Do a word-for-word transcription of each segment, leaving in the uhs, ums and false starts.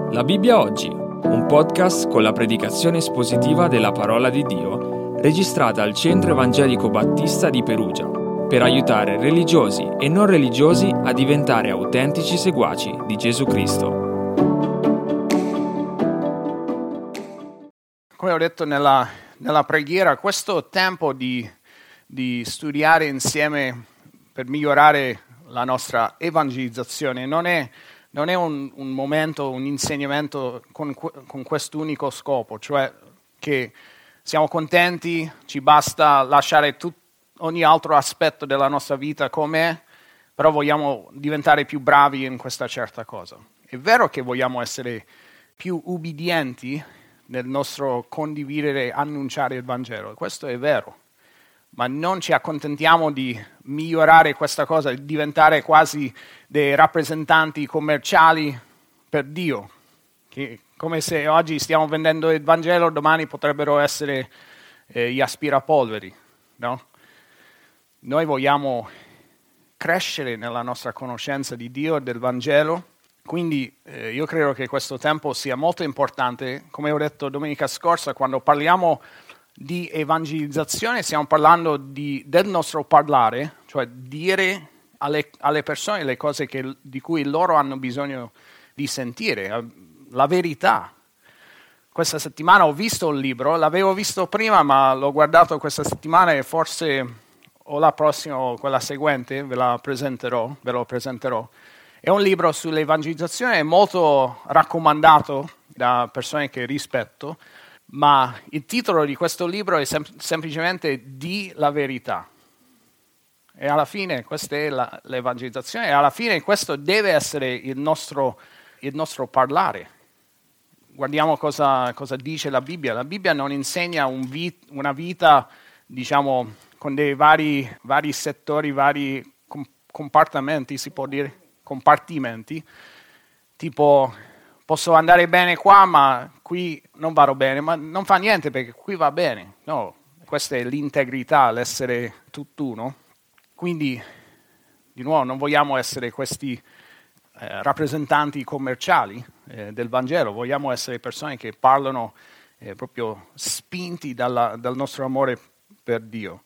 La Bibbia oggi, un podcast con la predicazione espositiva della parola di Dio, registrata al Centro Evangelico Battista di Perugia, per aiutare religiosi e non religiosi a diventare autentici seguaci di Gesù Cristo. Come ho detto nella, nella preghiera, questo tempo di, di studiare insieme per migliorare la nostra evangelizzazione non è, non è un, un momento, un insegnamento con, con quest'unico scopo, cioè che siamo contenti, ci basta lasciare tut, ogni altro aspetto della nostra vita com'è, però vogliamo diventare più bravi in questa certa cosa. È vero che vogliamo essere più ubbidienti nel nostro condividere, annunciare il Vangelo, questo è vero, ma non ci accontentiamo di migliorare questa cosa, di diventare quasi dei rappresentanti commerciali per Dio, che come se oggi stiamo vendendo il Vangelo, domani potrebbero essere eh, gli aspirapolveri, no? Noi vogliamo crescere nella nostra conoscenza di Dio e del Vangelo. Quindi eh, io credo che questo tempo sia molto importante. Come ho detto domenica scorsa, quando parliamo di evangelizzazione stiamo parlando di, del nostro parlare, cioè dire alle, alle persone le cose che, di cui loro hanno bisogno di sentire, la verità. Questa settimana ho visto un libro, l'avevo visto prima ma l'ho guardato questa settimana e forse o la prossima o quella seguente ve la presenterò, ve lo presenterò. È un libro sull'evangelizzazione, è molto raccomandato da persone che rispetto, ma il titolo di questo libro è sem- semplicemente Di la verità. E alla fine questa è la, l'evangelizzazione, e alla fine questo deve essere il nostro, il nostro parlare. Guardiamo cosa, cosa dice la Bibbia. La Bibbia non insegna un vit- una vita, diciamo, con dei vari, vari settori, vari com- compartimenti, si può dire. compartimenti, tipo posso andare bene qua ma qui non vado bene, ma non fa niente perché qui va bene. No, questa è l'integrità, l'essere tutt'uno. Quindi, di nuovo, non vogliamo essere questi eh, rappresentanti commerciali eh, del Vangelo, vogliamo essere persone che parlano eh, proprio spinti dalla, dal nostro amore per Dio.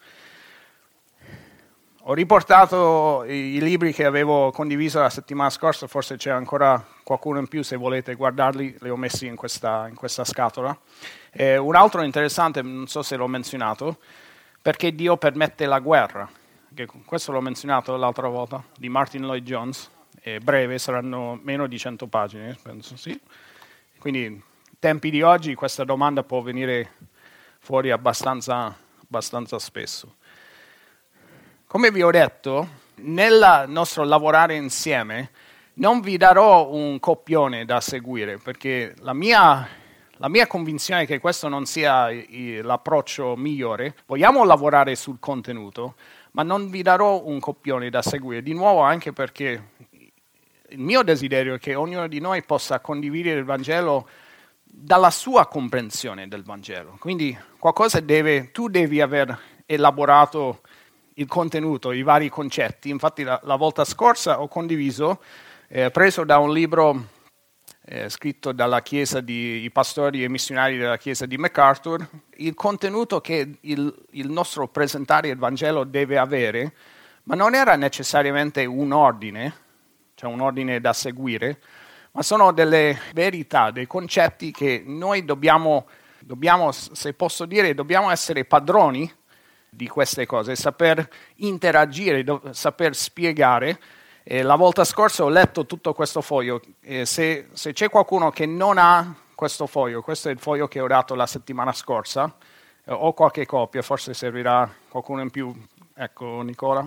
Ho riportato i libri che avevo condiviso la settimana scorsa, forse c'è ancora qualcuno in più, se volete guardarli, li ho messi in questa, in questa scatola. Eh, un altro interessante, non so se l'ho menzionato, Perché Dio permette la guerra, che questo l'ho menzionato l'altra volta, di Martin Lloyd Jones, è breve, saranno meno di cento pagine, penso, sì. Quindi, in tempi di oggi, questa domanda può venire fuori abbastanza, abbastanza spesso. Come vi ho detto, nel nostro lavorare insieme non vi darò un copione da seguire, perché la mia, la mia convinzione è che questo non sia l'approccio migliore. Vogliamo lavorare sul contenuto, ma non vi darò un copione da seguire. Di nuovo anche perché il mio desiderio è che ognuno di noi possa condividere il Vangelo dalla sua comprensione del Vangelo. Quindi qualcosa deve, tu devi aver elaborato il contenuto, i vari concetti. Infatti la, la volta scorsa ho condiviso, eh, preso da un libro eh, scritto dalla chiesa di i pastori e missionari della chiesa di MacArthur, il contenuto che il, il nostro presentare il Vangelo deve avere, ma non era necessariamente un ordine, cioè un ordine da seguire, ma sono delle verità, dei concetti che noi dobbiamo, dobbiamo se posso dire, dobbiamo essere padroni di queste cose, saper interagire, do- saper spiegare. Eh, la volta scorsa ho letto tutto questo foglio, eh, se, se c'è qualcuno che non ha questo foglio, questo è il foglio che ho dato la settimana scorsa, eh, ho qualche copia, forse servirà qualcuno in più. Ecco, Nicola.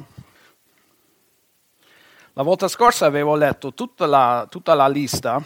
La volta scorsa avevo letto tutta la, tutta la lista.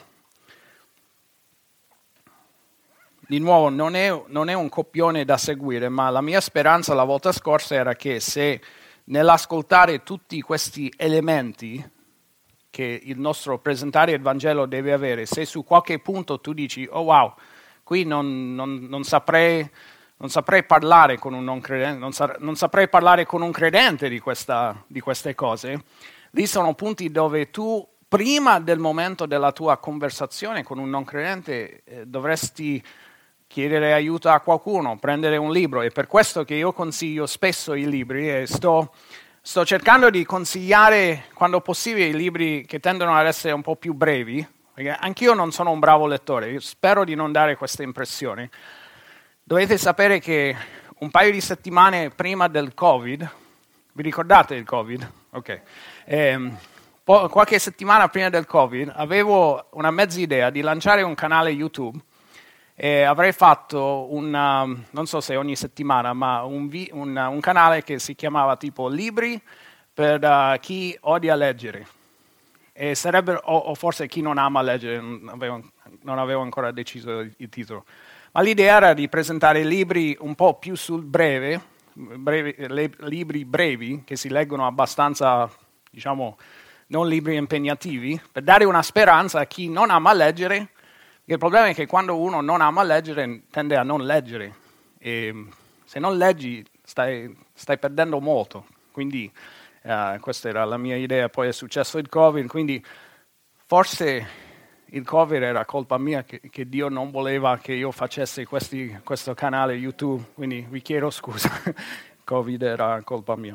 Di nuovo, non è, non è un copione da seguire, ma la mia speranza la volta scorsa era che se nell'ascoltare tutti questi elementi che il nostro presentare il Vangelo deve avere, se su qualche punto tu dici, oh wow, qui non, non, non, saprei, non saprei parlare con un non credente, non, sa, non saprei parlare con un credente di, questa, di queste cose, lì sono punti dove tu prima del momento della tua conversazione con un non credente eh, dovresti chiedere aiuto a qualcuno, prendere un libro. È per questo che io consiglio spesso i libri e sto, sto cercando di consigliare quando possibile i libri che tendono ad essere un po' più brevi, perché anch'io non sono un bravo lettore, io spero di non dare questa impressione. Dovete sapere che un paio di settimane prima del Covid, vi ricordate il Covid? Ok. Eh, po- qualche settimana prima del Covid avevo una mezza idea di lanciare un canale YouTube e avrei fatto un, non so se ogni settimana, ma un, vi- un, un canale che si chiamava tipo Libri per uh, chi odia leggere. E sarebbe, o, o forse chi non ama leggere, non avevo, non avevo ancora deciso il, il titolo. Ma l'idea era di presentare libri un po' più sul breve, brevi, le, libri brevi, che si leggono abbastanza, diciamo, non libri impegnativi, per dare una speranza a chi non ama leggere. Il problema è che quando uno non ama leggere tende a non leggere e se non leggi stai, stai perdendo molto. Quindi uh, questa era la mia idea, poi è successo il Covid, quindi forse il Covid era colpa mia che, che Dio non voleva che io facessi questi, questo canale YouTube, quindi vi chiedo scusa, Covid era colpa mia.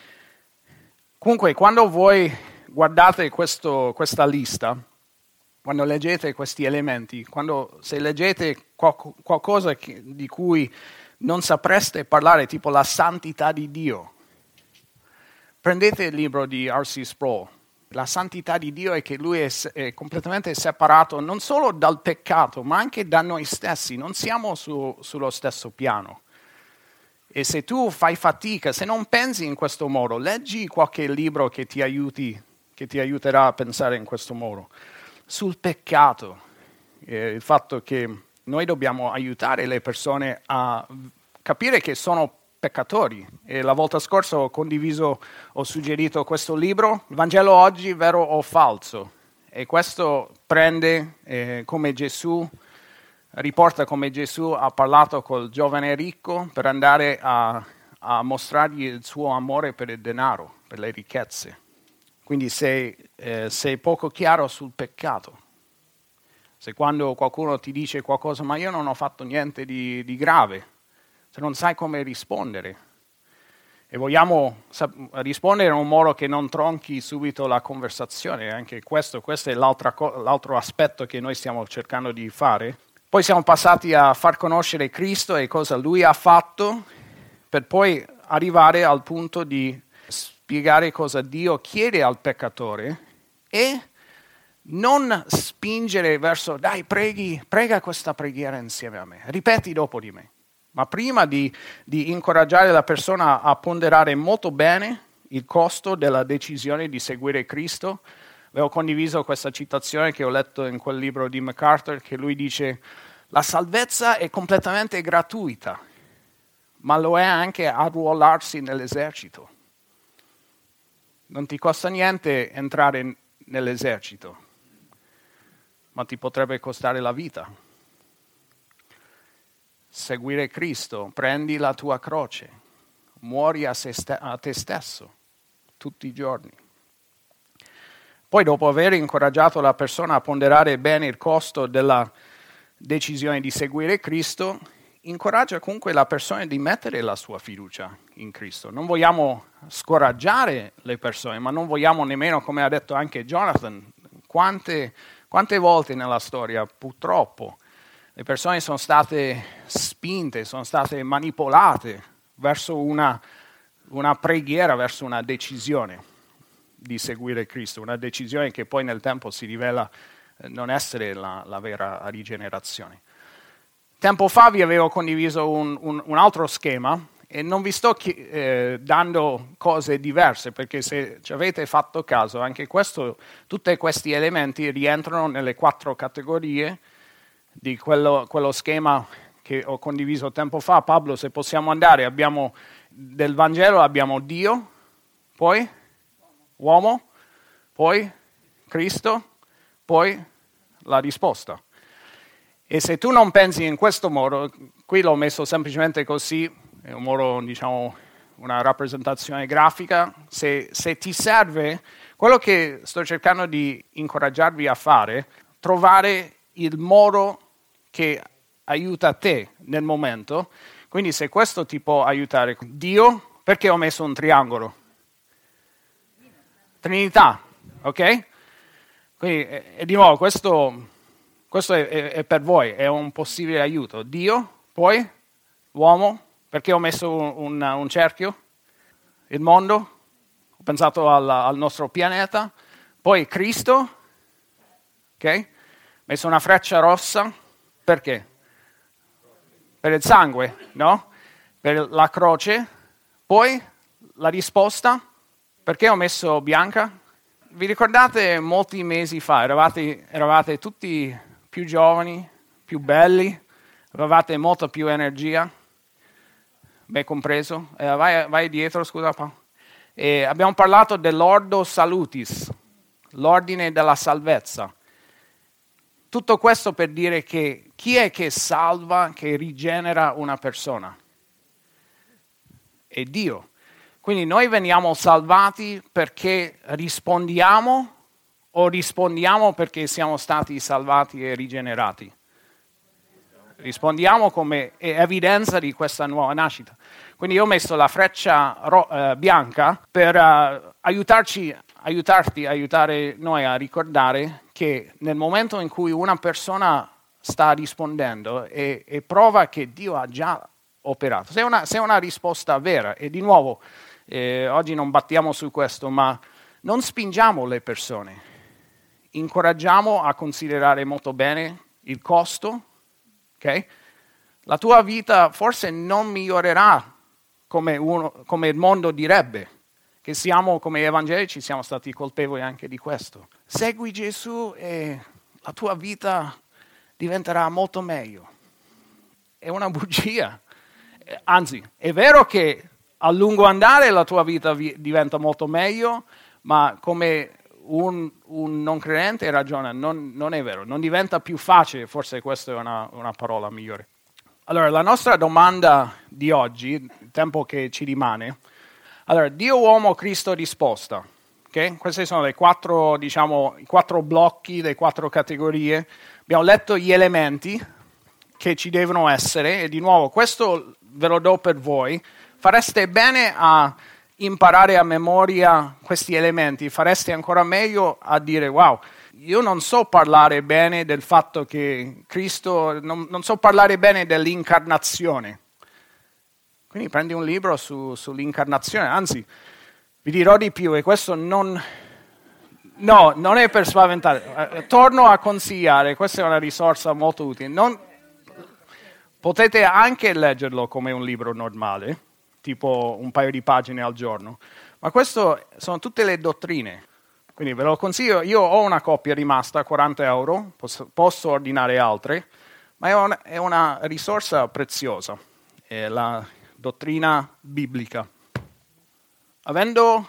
Comunque quando voi guardate questo, questa lista, quando leggete questi elementi, quando se leggete qual- qualcosa che, di cui non sapreste parlare, tipo la santità di Dio, prendete il libro di R C Sproul. La santità di Dio è che Lui è, è completamente separato non solo dal peccato, ma anche da noi stessi. Non siamo su, sullo stesso piano. E se tu fai fatica, se non pensi in questo modo, leggi qualche libro che ti aiuti, che ti aiuterà a pensare in questo modo. Sul peccato, eh, il fatto che noi dobbiamo aiutare le persone a capire che sono peccatori. E la volta scorsa ho condiviso, ho suggerito questo libro, Il Vangelo oggi, vero o falso? E questo prende eh, come Gesù, riporta come Gesù ha parlato col giovane ricco per andare a, a mostrargli il suo amore per il denaro, per le ricchezze. Quindi sei, eh, sei poco chiaro sul peccato. Se quando qualcuno ti dice qualcosa, ma io non ho fatto niente di, di grave, se non sai come rispondere, e vogliamo sap- rispondere in un modo che non tronchi subito la conversazione, anche questo, questo è co- l'altro aspetto che noi stiamo cercando di fare. Poi siamo passati a far conoscere Cristo e cosa Lui ha fatto, per poi arrivare al punto di spiegare cosa Dio chiede al peccatore e non spingere verso, dai, preghi, prega questa preghiera insieme a me, ripeti dopo di me. Ma prima di, di incoraggiare la persona a ponderare molto bene il costo della decisione di seguire Cristo, avevo condiviso questa citazione che ho letto in quel libro di MacArthur, che lui dice, la salvezza è completamente gratuita, ma lo è anche arruolarsi nell'esercito. Non ti costa niente entrare nell'esercito, ma ti potrebbe costare la vita. Seguire Cristo, prendi la tua croce, muori a, se ste- a te stesso tutti i giorni. Poi dopo aver incoraggiato la persona a ponderare bene il costo della decisione di seguire Cristo, incoraggia comunque la persona di mettere la sua fiducia in Cristo. Non vogliamo scoraggiare le persone, ma non vogliamo nemmeno, come ha detto anche Jonathan, quante, quante volte nella storia purtroppo le persone sono state spinte, sono state manipolate verso una, una preghiera, verso una decisione di seguire Cristo, una decisione che poi nel tempo si rivela non essere la, la vera rigenerazione. Tempo fa vi avevo condiviso un, un, un altro schema e non vi sto chi, eh, dando cose diverse, perché se ci avete fatto caso, anche questo, tutti questi elementi rientrano nelle quattro categorie di quello, quello schema che ho condiviso tempo fa. Pablo, se possiamo andare, abbiamo del Vangelo abbiamo Dio, poi uomo, poi Cristo, poi la risposta. E se tu non pensi in questo modo, qui l'ho messo semplicemente così, è un modo, diciamo, una rappresentazione grafica. Se, se ti serve, quello che sto cercando di incoraggiarvi a fare, trovare il modo che aiuta te nel momento. Quindi se questo ti può aiutare, Dio, perché ho messo un triangolo? Trinità, ok? Quindi, e di nuovo, questo, questo è, è, è per voi, è un possibile aiuto. Dio, poi l'uomo, perché ho messo un, un, un cerchio? Il mondo, ho pensato al, al nostro pianeta, poi Cristo, ok? Ho messo una freccia rossa, perché? Per il sangue, no? Per la croce, poi la risposta, perché ho messo bianca? Vi ricordate molti mesi fa, eravate, eravate tutti più giovani, più belli, avevate molta più energia, me compreso. Eh, vai, vai dietro, scusa Paolo. E abbiamo parlato dell'ordo salutis, l'ordine della salvezza. Tutto questo per dire che chi è che salva, che rigenera una persona? È Dio. Quindi noi veniamo salvati perché rispondiamo o rispondiamo perché siamo stati salvati e rigenerati? Rispondiamo come evidenza di questa nuova nascita. Quindi io ho messo la freccia ro- eh, bianca per uh, aiutarci, aiutarti, aiutare noi a ricordare che nel momento in cui una persona sta rispondendo e, e prova che Dio ha già operato, se è una, se è una risposta vera, e di nuovo, eh, oggi non battiamo su questo, ma non spingiamo le persone, incoraggiamo a considerare molto bene il costo, ok? La tua vita forse non migliorerà come, uno, come il mondo direbbe, che siamo come evangelici, siamo stati colpevoli anche di questo. Segui Gesù e la tua vita diventerà molto meglio. È una bugia. Anzi, è vero che a lungo andare la tua vita vi- diventa molto meglio, ma come un, un non credente ragiona, non, non è vero, non diventa più facile, forse questa è una, una parola migliore. Allora, la nostra domanda di oggi, il tempo che ci rimane, allora, Dio, uomo, Cristo, risposta. Okay? Questi sono le quattro, diciamo, i quattro blocchi, le quattro categorie. Abbiamo letto gli elementi che ci devono essere, e di nuovo, questo ve lo do per voi. Fareste bene a imparare a memoria questi elementi, fareste ancora meglio a dire, wow, io non so parlare bene del fatto che Cristo, non, non so parlare bene dell'incarnazione. Quindi prendi un libro su, sull'incarnazione, anzi, vi dirò di più, e questo non, no, non è per spaventare, eh, torno a consigliare, questa è una risorsa molto utile. Non, potete anche leggerlo come un libro normale, tipo un paio di pagine al giorno, ma queste sono tutte le dottrine. Quindi ve lo consiglio, io ho una copia rimasta, quaranta euro, posso, posso ordinare altre, ma è una, è una risorsa preziosa, è la dottrina biblica. Avendo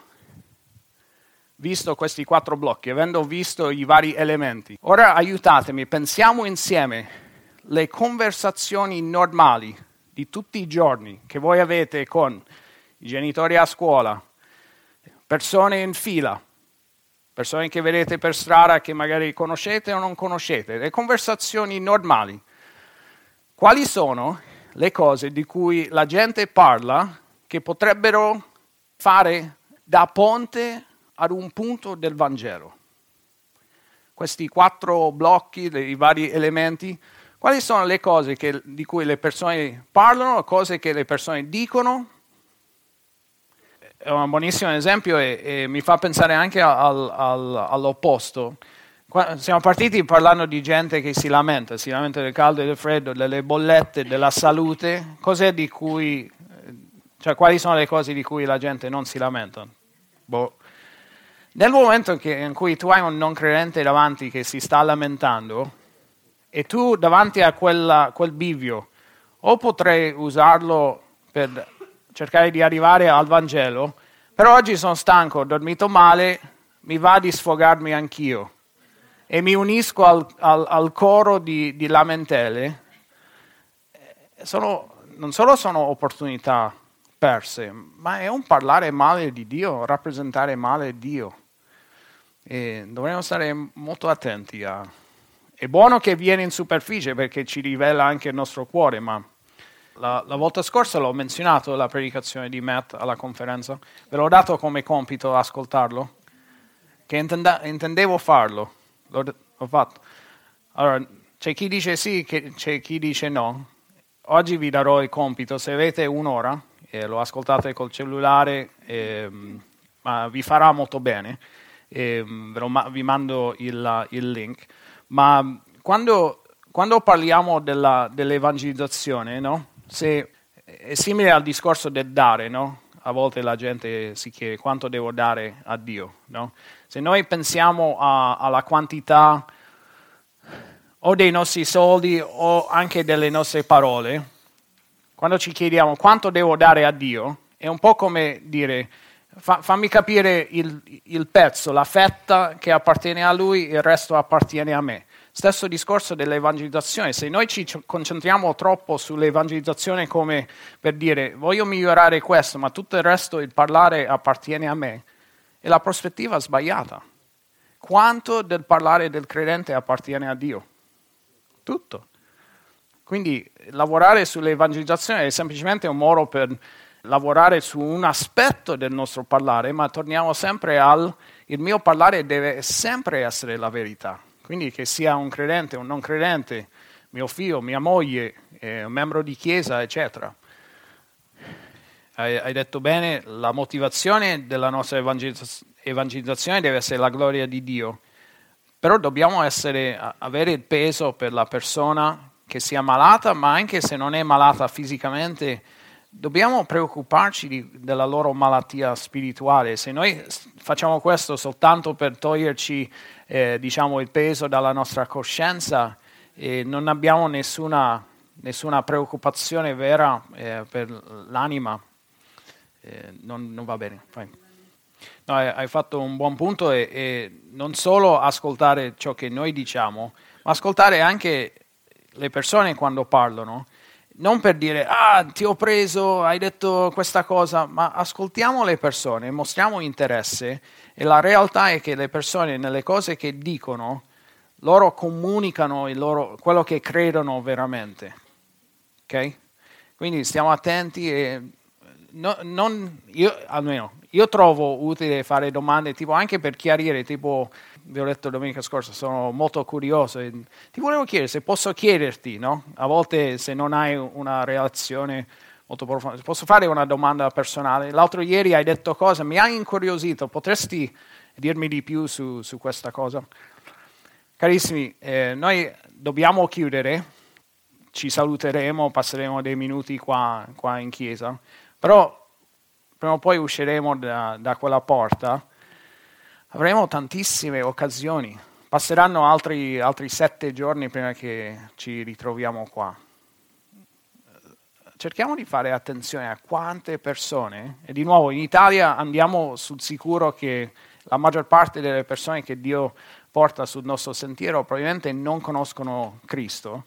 visto questi quattro blocchi, avendo visto i vari elementi, ora aiutatemi, pensiamo insieme le conversazioni normali di tutti i giorni che voi avete con i genitori a scuola, persone in fila, persone che vedete per strada che magari conoscete o non conoscete, le conversazioni normali. Quali sono le cose di cui la gente parla che potrebbero fare da ponte ad un punto del Vangelo? Questi quattro blocchi, i vari elementi, quali sono le cose che, di cui le persone parlano, cose che le persone dicono? È un buonissimo esempio e, e mi fa pensare anche al, al, all'opposto. Qua, siamo partiti parlando di gente che si lamenta, si lamenta del caldo e del freddo, delle bollette, della salute. Cos'è di cui, cioè quali sono le cose di cui la gente non si lamenta? Boh. Nel momento che, in cui tu hai un non credente davanti che si sta lamentando e tu davanti a quella, quel bivio o potrei usarlo per cercare di arrivare al Vangelo, però oggi sono stanco, ho dormito male, mi va di sfogarmi anch'io e mi unisco al, al, al coro di, di lamentele. Sono, non solo sono opportunità perse, ma è un parlare male di Dio, rappresentare male Dio. E dovremmo stare molto attenti a... È buono che viene in superficie perché ci rivela anche il nostro cuore, ma la, la volta scorsa l'ho menzionato, la predicazione di Matt alla conferenza, ve l'ho dato come compito ascoltarlo, che intenda, intendevo farlo, l'ho, l'ho fatto. Allora, c'è chi dice sì, che, c'è chi dice no. Oggi vi darò il compito, se avete un'ora, e lo ascoltate col cellulare, eh, ma vi farà molto bene, eh, vi mando il, il link. Ma quando, quando parliamo della, dell'evangelizzazione, no? Se, è simile al discorso del dare, no? A volte la gente si chiede quanto devo dare a Dio, no? Se noi pensiamo a, alla quantità o dei nostri soldi o anche delle nostre parole, quando ci chiediamo quanto devo dare a Dio, è un po' come dire fa, fammi capire il, il pezzo, la fetta che appartiene a Lui, il resto appartiene a me. Stesso discorso dell'evangelizzazione, se noi ci concentriamo troppo sull'evangelizzazione come per dire voglio migliorare questo, ma tutto il resto, il parlare appartiene a me, è la prospettiva sbagliata. Quanto del parlare del credente appartiene a Dio? Tutto. Quindi lavorare sull'evangelizzazione è semplicemente un modo per lavorare su un aspetto del nostro parlare, ma torniamo sempre al il mio parlare deve sempre essere la verità. Quindi che sia un credente o un non credente, mio figlio, mia moglie, eh, un membro di chiesa, eccetera. Hai, hai detto bene, la motivazione della nostra evangelizz- evangelizzazione deve essere la gloria di Dio. Però dobbiamo essere, avere il peso per la persona che sia malata, ma anche se non è malata fisicamente, dobbiamo preoccuparci di, della loro malattia spirituale. Se noi facciamo questo soltanto per toglierci eh, diciamo, il peso dalla nostra coscienza, eh, non abbiamo nessuna, nessuna preoccupazione vera eh, per l'anima, eh, non, non va bene. Fai. No, hai fatto un buon punto e, e non solo ascoltare ciò che noi diciamo, ma ascoltare anche le persone quando parlano, non per dire, ah, ti ho preso, hai detto questa cosa, ma ascoltiamo le persone, mostriamo interesse e la realtà è che le persone nelle cose che dicono, loro comunicano il loro, quello che credono veramente. Ok? Quindi stiamo attenti e no, non, io, almeno, io trovo utile fare domande tipo anche per chiarire, tipo, vi ho detto domenica scorsa, sono molto curioso e ti volevo chiedere se posso chiederti, no? A volte se non hai una relazione molto profonda, posso fare una domanda personale? L'altro ieri hai detto cosa, mi hai incuriosito, potresti dirmi di più su, su questa cosa? Carissimi, eh, noi dobbiamo chiudere, ci saluteremo, passeremo dei minuti qua, qua in chiesa, però prima o poi usciremo da, da quella porta, avremo tantissime occasioni, passeranno altri, altri sette giorni prima che ci ritroviamo qua. Cerchiamo di fare attenzione a quante persone, e di nuovo in Italia andiamo sul sicuro che la maggior parte delle persone che Dio porta sul nostro sentiero probabilmente non conoscono Cristo.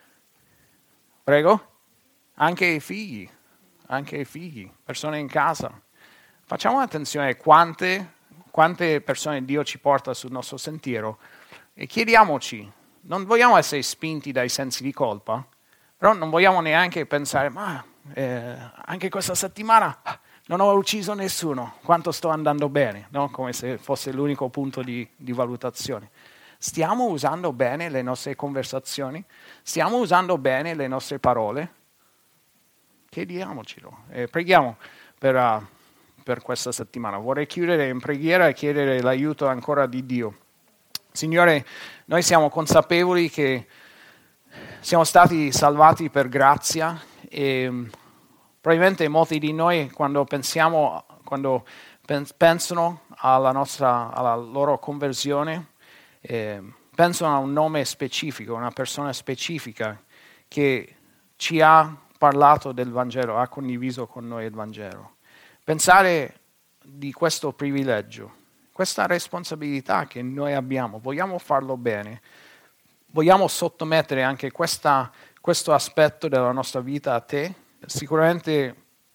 Prego? Anche i figli, anche i figli, persone in casa. Facciamo attenzione a quante, quante persone Dio ci porta sul nostro sentiero e chiediamoci, non vogliamo essere spinti dai sensi di colpa, però non vogliamo neanche pensare, ma eh, anche questa settimana non ho ucciso nessuno, quanto sto andando bene, no? Come se fosse l'unico punto di, di valutazione. Stiamo usando bene le nostre conversazioni? Stiamo usando bene le nostre parole? Chiediamocelo e preghiamo per, uh, per questa settimana. Vorrei chiudere in preghiera e chiedere l'aiuto ancora di Dio. Signore, noi siamo consapevoli che siamo stati salvati per grazia e probabilmente molti di noi quando pensiamo, quando pensano alla nostra, alla loro conversione, eh, pensano a un nome specifico, una persona specifica che ci ha parlato del Vangelo, ha condiviso con noi il Vangelo. Pensare di questo privilegio, questa responsabilità che noi abbiamo, vogliamo farlo bene, vogliamo sottomettere anche questa, questo aspetto della nostra vita a te. Sicuramente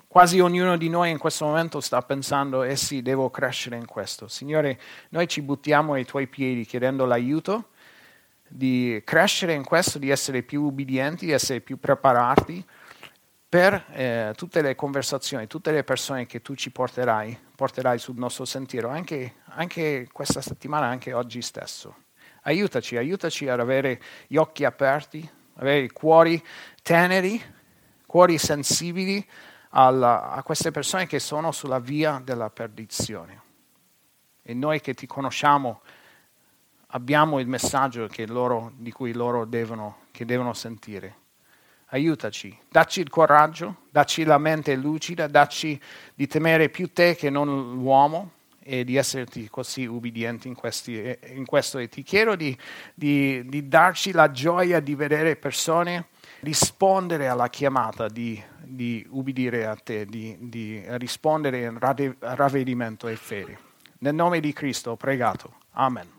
Quasi ognuno di noi in questo momento sta pensando, eh sì, devo crescere in questo. Signore, noi ci buttiamo ai tuoi piedi chiedendo l'aiuto di crescere in questo, di essere più ubbidienti, di essere più preparati per eh, tutte le conversazioni, tutte le persone che tu ci porterai, porterai sul nostro sentiero, anche, anche questa settimana, anche oggi stesso. Aiutaci, aiutaci ad avere gli occhi aperti, avere i cuori teneri, cuori sensibili alla, a queste persone che sono sulla via della perdizione. E noi che ti conosciamo abbiamo il messaggio che loro, di cui loro devono, che devono sentire. Aiutaci, dacci il coraggio, dacci la mente lucida, dacci di temere più te che non l'uomo e di esserti così ubbidienti in, questi, in questo. E ti chiedo di, di, di darci la gioia di vedere persone rispondere alla chiamata di, di ubbidire a te, di, di rispondere in ravvedimento e fede. Nel nome di Cristo ho pregato. Amen.